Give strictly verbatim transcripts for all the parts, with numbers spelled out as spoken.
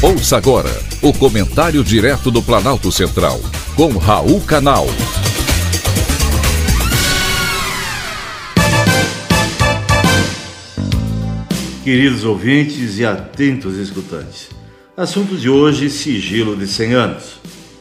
Ouça agora o comentário direto do Planalto Central, com Raul Canal. Queridos ouvintes e atentos escutantes, assunto de hoje: sigilo de cem anos.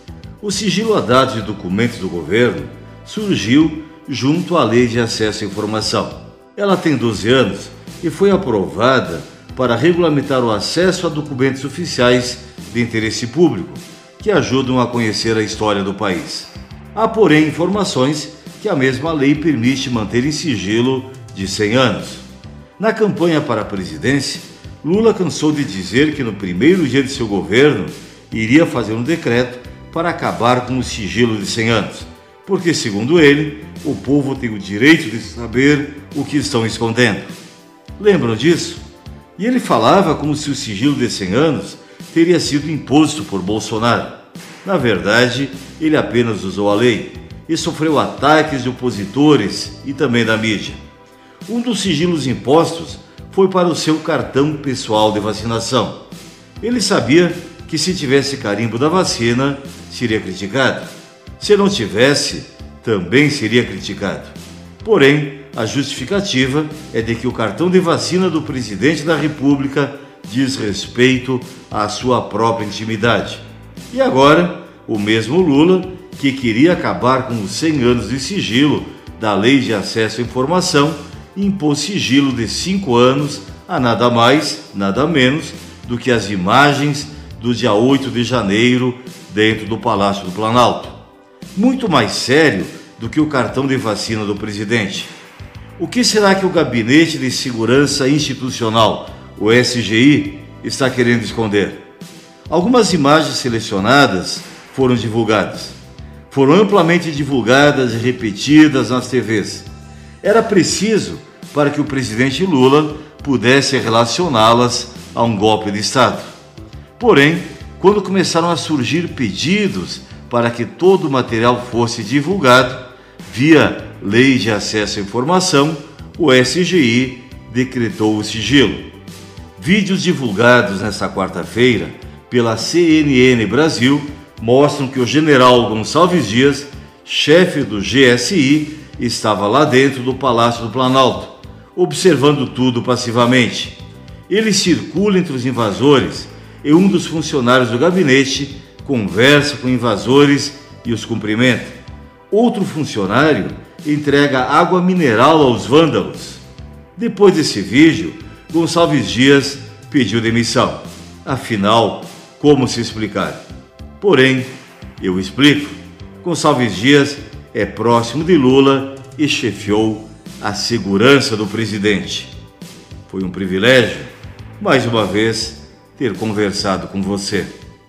O sigilo a dados de documentos do governo surgiu junto à Lei de Acesso à Informação. Ela tem doze anos e foi aprovada para regulamentar o acesso a documentos oficiais de interesse público, que ajudam a conhecer a história do país. Há, porém, informações que a mesma lei permite manter em sigilo de cem anos. Na campanha para a presidência, Lula cansou de dizer que no primeiro dia de seu governo iria fazer um decreto para acabar com o sigilo de cem anos, porque, segundo ele, o povo tem o direito de saber o que estão escondendo. Lembram disso? E ele falava como se o sigilo de cem anos teria sido imposto por Bolsonaro. Na verdade, ele apenas usou a lei e sofreu ataques de opositores e também da mídia. Um dos sigilos impostos foi para o seu cartão pessoal de vacinação. Ele sabia que se tivesse carimbo da vacina, seria criticado. Se não tivesse, também seria criticado. Porém, a justificativa é de que o cartão de vacina do presidente da República diz respeito à sua própria intimidade. E agora, o mesmo Lula, que queria acabar com os cem anos de sigilo da Lei de Acesso à Informação, impôs sigilo de cinco anos a nada mais, nada menos do que as imagens do dia oito de janeiro dentro do Palácio do Planalto. Muito mais sério do que o cartão de vacina do presidente. O que será que o Gabinete de Segurança Institucional, o S G I, está querendo esconder? Algumas imagens selecionadas foram divulgadas. Foram amplamente divulgadas e repetidas nas T Vs. Era preciso para que o presidente Lula pudesse relacioná-las a um golpe de Estado. Porém, quando começaram a surgir pedidos para que todo o material fosse divulgado, via Lei de Acesso à Informação, o S G I decretou o sigilo. Vídeos divulgados nesta quarta-feira pela C N N Brasil mostram que o general Gonçalves Dias, chefe do G S I, estava lá dentro do Palácio do Planalto, observando tudo passivamente. Ele circula entre os invasores e um dos funcionários do gabinete conversa com invasores e os cumprimenta. Outro funcionário entrega água mineral aos vândalos. Depois desse vídeo, Gonçalves Dias pediu demissão. Afinal, como se explicar? Porém, eu explico. Gonçalves Dias é próximo de Lula e chefiou a segurança do presidente. Foi um privilégio, mais uma vez, ter conversado com você.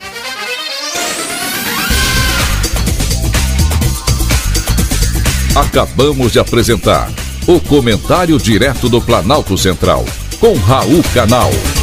Acabamos de apresentar o comentário direto do Planalto Central, com Raul Canal.